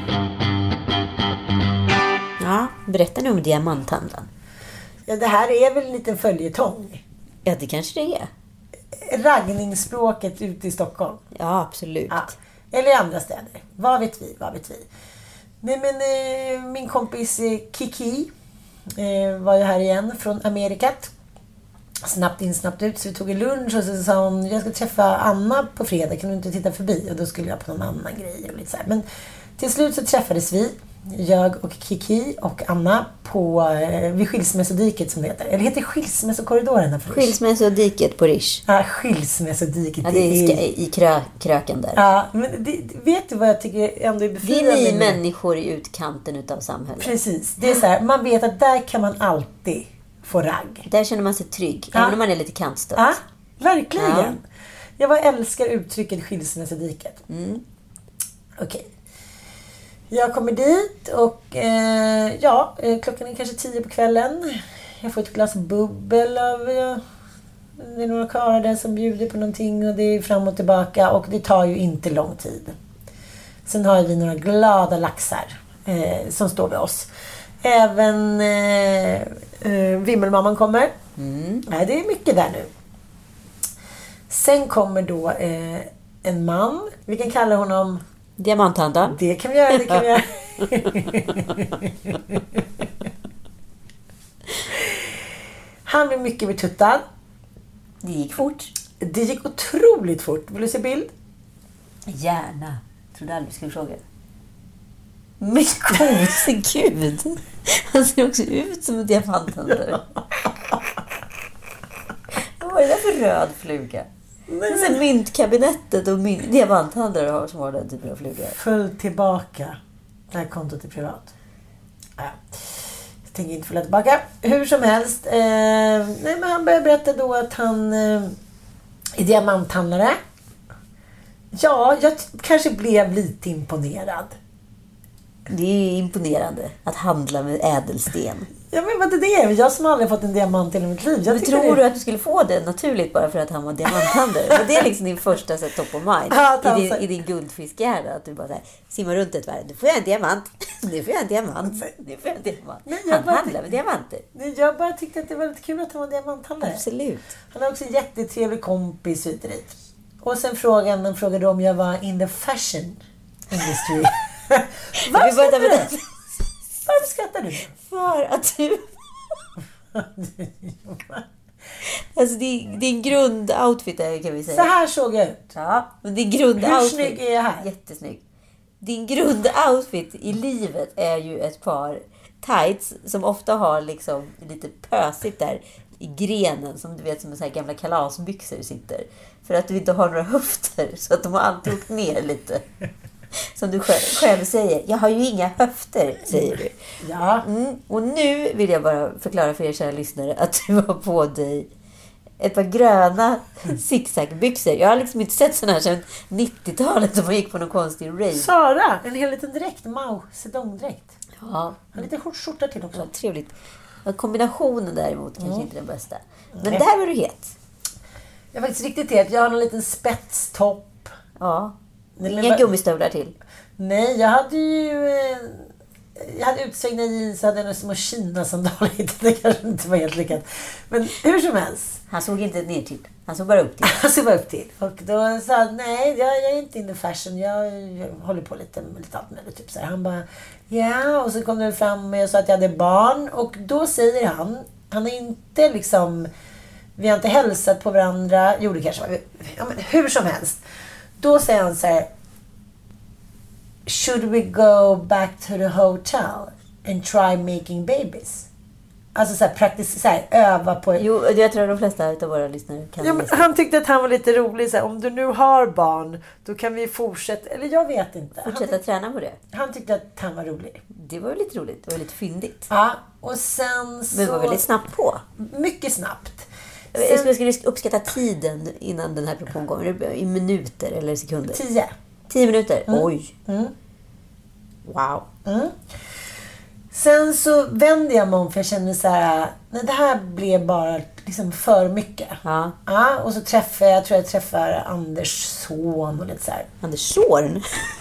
Ja, berätta nu om diamanthandlaren. Ja, det här är väl en liten följetong. Ja, det kanske det är. Raggningsspråket ute i Stockholm. Ja, absolut. Ja. Eller i andra städer. Vad vet vi, vad vet vi. Nej, men eh, min kompis eh, Kiki eh, var ju här igen från Amerikat. Snabbt in, snabbt ut. Så vi tog en lunch och så sa hon, jag ska träffa Anna på fredag. Kan du inte titta förbi? Och då skulle jag på någon annan grej. Och lite så här. Men till slut så träffades vi. Jag och Kiki och Anna på, eh, vid Skilsmässodiket som det heter. Eller heter Skilsmässokorridoren? Skilsmässodiket på Rish. Ja, Skilsmässodiket. Ja, det är i, i krö, kröken där. Ja, men det, vet du vad jag tycker ändå är befriande? Det är ni människor i utkanten utav samhället. Precis. Det är så här, man vet att där kan man alltid få ragg. Där känner man sig trygg, ja. Även om man är lite kantstött. Ja, verkligen. Ja. Jag bara älskar uttrycket Skilsmässodiket. Mm. Okej. Okay. Jag kommer dit och eh, ja, klockan är kanske tio på kvällen. Jag får ett glas bubbel av, ja, det är några karlar där som bjuder på någonting och det är fram och tillbaka och det tar ju inte lång tid. Sen har vi några glada laxar eh, som står vid oss. Även eh, Uh, Vimmelmamman kommer. Mm. Nej, det är mycket där nu. Sen kommer då eh, en man. Vi kan kalla honom... Diamanthandeln. Det kan vi göra, det kan vi göra. Han blir mycket betuttad. Det gick fort. Det gick otroligt fort. Vill du se bild? Gärna. Jag trodde aldrig vi skulle fråga. Men gode gud. Han ser också ut som en diamanthandlare. Vad är det för röd fluga? Det är så myntkabinettet och mynt, diamanthandlare har som har den typen av fluga. Följ tillbaka. Det här kontot är privat. Ja. Jag tänker inte följa tillbaka. Hur som helst. Eh, nej, men han börjar berätta då att han eh, är diamanthandlare. Ja, jag t- kanske blev lite imponerad. Det är imponerande att handla med ädelsten. Ja, men vad är det? Jag som aldrig fått en diamant i mitt liv. Jag Men tycker tror det... du att du skulle få det naturligt bara för att han var diamanthandlare? Men det är liksom din första så, top of mind. Ja, I, din, I din guldfiskhjärna. Att du bara så här, simmar runt ett varv. Nu får jag en diamant. Nu får jag en diamant. Nu får jag en diamant. Nej, jag han bara... handlar med diamanter. Nej, jag bara tyckte att det var lite kul att han var diamanthandlare. Absolut. Han har också en jättetrevlig kompis ut dit. Och sen frågan, han frågade om jag var in the fashion industry. Varför skrattar du? Varför skrattar du? För att du... Alltså din, din grundoutfit är, kan vi säga. Så här såg jag ut. Ja, men din grundoutfit... Hur snygg är jag här? Jättesnygg. Din grundoutfit i livet är ju ett par tights som ofta har liksom lite pösigt där i grenen, som du vet, som en sån här gamla kalasbyxor sitter. För att du inte har några höfter, så att de har alltid åkt ner lite. Som du själv, själv säger. Jag har ju inga höfter, säger du. Ja. Mm. Och nu vill jag bara förklara för er kära lyssnare att du har på dig ett par gröna zigzagbyxor. Jag har liksom inte sett sådana här sedan nittiotalet som man gick på någon konstig rave. Sara, en hel liten dräkt. Mau, sedongdräkt. Ja, En liten skjorta till också. vad trevligt. Kombinationen däremot kanske mm. inte den bästa. Men Nej. Där var du het. Jag är faktiskt riktigt het. Jag har en liten spetstopp. Ja. Nej, Inga men... gummistövlar till. Nej, jag hade ju... Eh... Jag hade utsvängda jeans och hade en små Kina-sandaler. Det kanske inte var helt lyckat. Men hur som helst. Han såg inte ner till. Han såg bara upp till. Han såg bara upp till. Och då sa han, nej, jag, jag är inte in the fashion. Jag, jag håller på lite med lite allt möjligt. Typ så här. Han bara, ja. Och så kom det fram och jag sa att jag hade barn. Och då säger han, han är inte liksom... Vi har inte hälsat på varandra. Jo, det kanske var... Ja, men hur som helst. Då säger han så här... Should we go back to the hotel and try making babies? Alltså så här praktiskt, så här, öva på... Jo, jag tror de flesta av våra lyssnare kan ja, men han tyckte att han var lite rolig. Så här, om du nu har barn, då kan vi fortsätta... Eller jag vet inte. Fortsätta han, träna på det. Han tyckte att han var rolig. Det var lite roligt. Det var lite fyndigt. Ja, och sen så... Men var väldigt snabbt på. Mycket snabbt. Sen... Jag skulle uppskatta tiden innan den här propån kommer. I minuter eller sekunder. Tio. Tio minuter? Mm. Oj. Mm. Wow. Mm. Sen så vände jag mig om för jag kände så här, nej, det här blev bara liksom för mycket. Ja. Ja, och så träffade jag, tror jag träffar Anders son och lite så här. Anders son?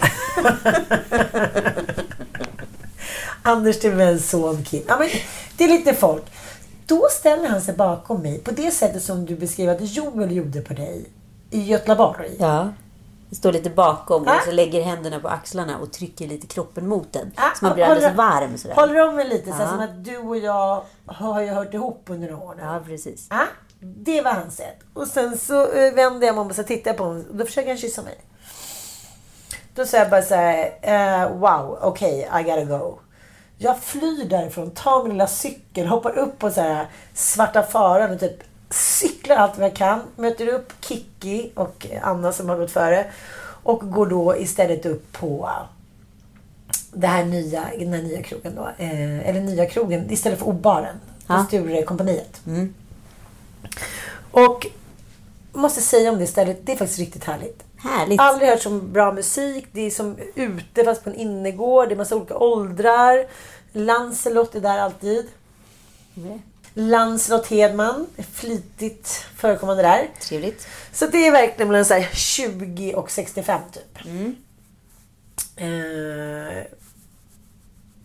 Anders till en son Kim. Ja, men det är lite folk. Då ställer han sig bakom mig på det sättet som du beskrev att Joel gjorde på dig i Götlaborg. Ja. Det står lite bakom ja. och så lägger händerna på axlarna och trycker lite kroppen mot den. Ja, så man blir håller, alldeles varm. Sådär. Håller om mig lite, ja. så som att du och jag har ju hört ihop under några år nu. Ja, precis. Ja, det var hans sätt. Och sen så uh, vände jag mig om och så tittade jag på honom. Och då försöker han kyssa mig. Då sa jag bara så här, uh, wow, okej, okay, I gotta go. Jag flyr därifrån, tar min lilla cykel, hoppar upp på så här svarta faran och typ cyklar allt vad jag kan. Möter upp Kiki och Anna som har gått före. Och går då istället upp på det här nya, den här nya krogen då. Eh, eller nya krogen, istället för Obaren. På Sturekompaniet. Mm. Och måste säga om det istället, det är faktiskt riktigt härligt. Härligt. Aldrig hört så bra musik. Det är som ute fast på en innergård. Det är massa olika åldrar. Lancelot är där alltid. Mm. Lancelot Hedman är flitigt förekommande där. Trevligt. Så det är verkligen mellan så här tjugo och sextiofem typ. Mm. Eh,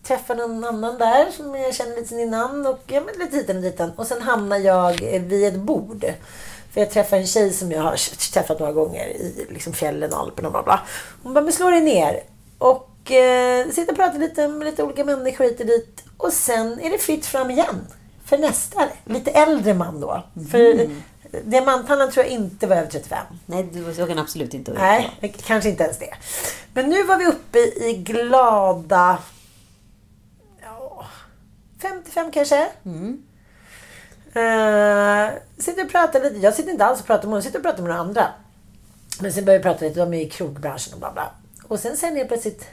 träffar någon annan där som jag känner lite sen innan. Och ja, men lite hitan och ditan. Och sen hamnar jag vid ett bord. För jag träffar en tjej som jag har träffat några gånger i liksom fjällen, Alperna och bla bla. Hon bara, men slår dig ner. Och eh, sitter och pratar lite med lite olika människor hit och dit. Och sen är det fritt fram igen. För nästa, lite äldre man då. Mm. För diamanthandlaren tror jag inte var över trettiofem. Nej, du såg absolut inte ut. Nej, kanske inte ens det. Men nu var vi uppe i glada... Ja, femtiofem kanske. Mm. Uh, sitter och pratar lite. Jag sitter inte alls och pratar med honom. Jag sitter och pratar med några andra. Men sen börjar vi prata lite. De är i krogbranschen och bla bla. Och sen säger jag plötsligt...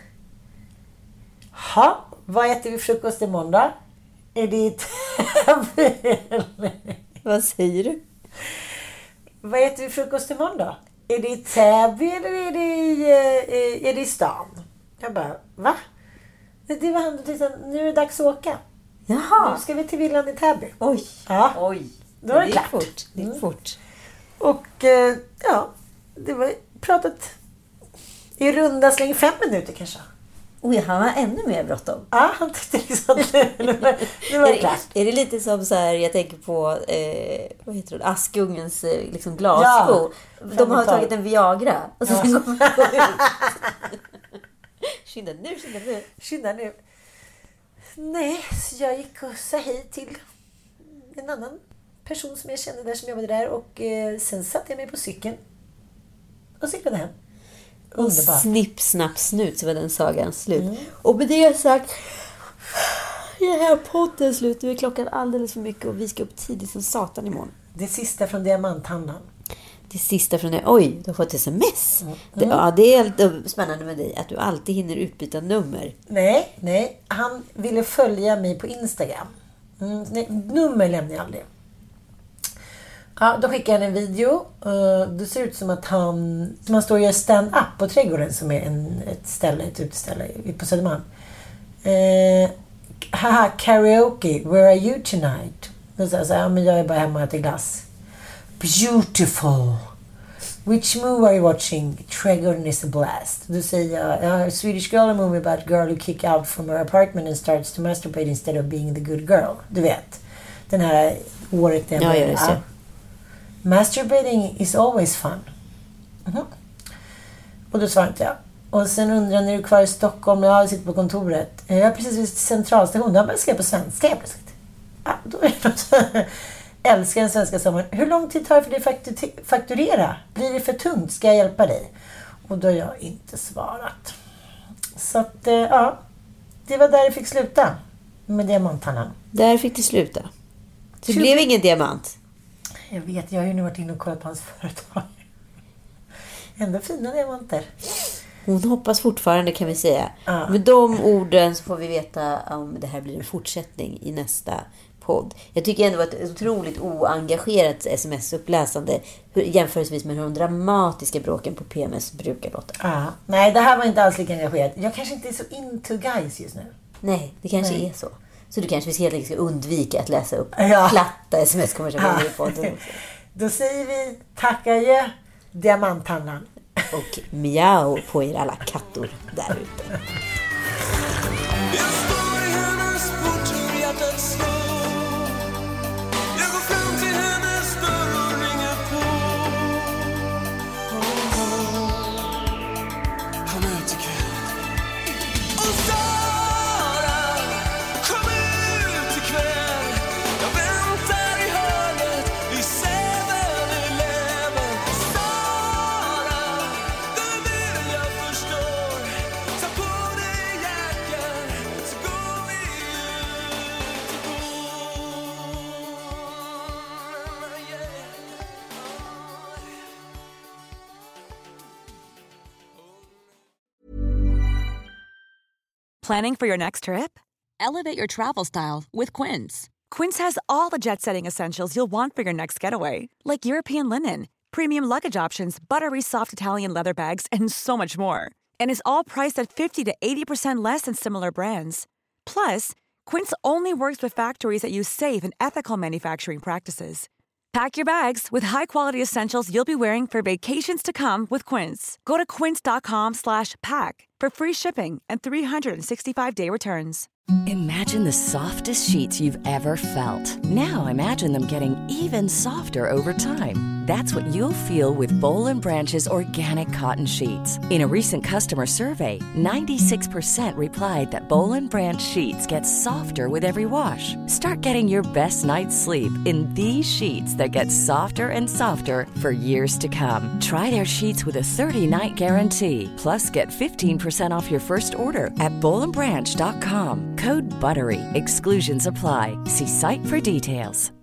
Ha, vad äter vi frukost imorgon då? Är det tävling? Vad säger du? Vad äter vi frukost imorgon då? Är det i Täby eller är det i, är det i stan? Jag bara, va? Det var han som nu är det dags att åka. Jaha. Nu ska vi till villan i Täby. Oj, ja. oj. Då var det, det klart. Fort. Det är mm. fort. Och ja, det var pratat i runda släng fem minuter kanske. Oj, han var ännu mer bråttom. Ja, han tyckte liksom att nu, nu var, nu var det klart. Är det lite som så här, jag tänker på eh, vad heter det? Askungens eh, liksom glassko. Ja, de har tagit en Viagra. Och så ja. Ska de gå ut. Skynda nu, skynda nu. Skynda nu. Nej, så jag gick och sa hej till en annan person som jag kände där som jobbade där. Och eh, sen satte jag mig på cykeln och cyklade hem. Underbar. Och snipp, snapp, snut så var den sagan slut. Mm. Och med det sagt, är här podden slut. Nu är klockan alldeles för mycket och vi ska upp tidigt som satan imorgon. Det sista från diamanthandlaren. Det sista från det. Oj, du har fått sms. Mm. Det, ja, det är helt spännande med dig att du alltid hinner utbyta nummer. Nej, nej. Han ville följa mig på Instagram. Mm, nej, nummer lämnar jag aldrig. Ja, då skickar han en video. Det ser ut som att han som han står och gör stand-up på Trädgården som är en, ett ställe, ett uteställe på Södermalm. Eh, haha, karaoke. Where are you tonight? Då säger jag så här, ja, men jag är bara hemma och äter glass. Beautiful. Which movie are you watching? Trädgården is a blast. Då säger jag, ja, a Swedish girl, a movie about a girl who kick out from her apartment and starts to masturbate instead of being the good girl. Du vet. Den här året där ja, jag ja. Masturbating is always fun. Mm-hmm. Och då svarade inte jag. Och sen undrar jag, när du är kvar i Stockholm? Jag sitter på kontoret. Jag är precis vid centralstationen. Då har man skrivit på svenska plötsligt. Ja, då är det något. Älskar den svenska sommaren. Hur lång tid tar det för dig att fakturera? Blir det för tungt? Ska jag hjälpa dig? Och då har jag inte svarat. Så att, ja. Det var där det fick sluta. Med diamanthandlaren. Där fick det sluta. Så det blev ingen diamant. Jag vet, jag har ju nu varit inne och kollat på hans företag. Ändå fina diamanter. Hon hoppas fortfarande, kan vi säga. Ja. Med de orden så får vi veta om det här blir en fortsättning i nästa podd. Jag tycker ändå att det var ett otroligt oengagerat sms-uppläsande jämförelsevis med de dramatiska bråken på P M S brukar låta. Ja. Nej, det här var inte alls lika engagerat. Jag kanske inte är så into guys just nu. Nej, det kanske Nej. är så. Så du kanske helt enkelt ska undvika att läsa upp ja. platta sms-konversationer i podden. Då säger vi tack adjö, diamanthandlaren. Och miau på er alla kattor där ute. Jag står i hennes port, hur hjärtat slår. Jag går fram till hennes dörr och ringer på. Oh, oh. Han är ute ikväll. Och Sara, kom ut ikväll. Jag väntar i hörnet i seven eleven. Sara, du vill jag förstår. Ta på dig jackan, så går vi ut i går. Planning for your next trip? Elevate your travel style with Quince. Quince has all the jet-setting essentials you'll want for your next getaway, like European linen, premium luggage options, buttery soft Italian leather bags, and so much more. And is all priced at fifty to eighty percent less than similar brands. Plus, Quince only works with factories that use safe and ethical manufacturing practices. Pack your bags with high-quality essentials you'll be wearing for vacations to come with Quince. Go to quince.com slash pack for free shipping and three sixty-five day returns. Imagine the softest sheets you've ever felt. Now imagine them getting even softer over time. That's what you'll feel with Boll and Branch's organic cotton sheets. In a recent customer survey, ninety-six percent replied that Boll and Branch sheets get softer with every wash. Start getting your best night's sleep in these sheets that get softer and softer for years to come. Try their sheets with a thirty-night guarantee. Plus, get fifteen percent off your first order at boll and branch dot com. Code BUTTERY. Exclusions apply. See site for details.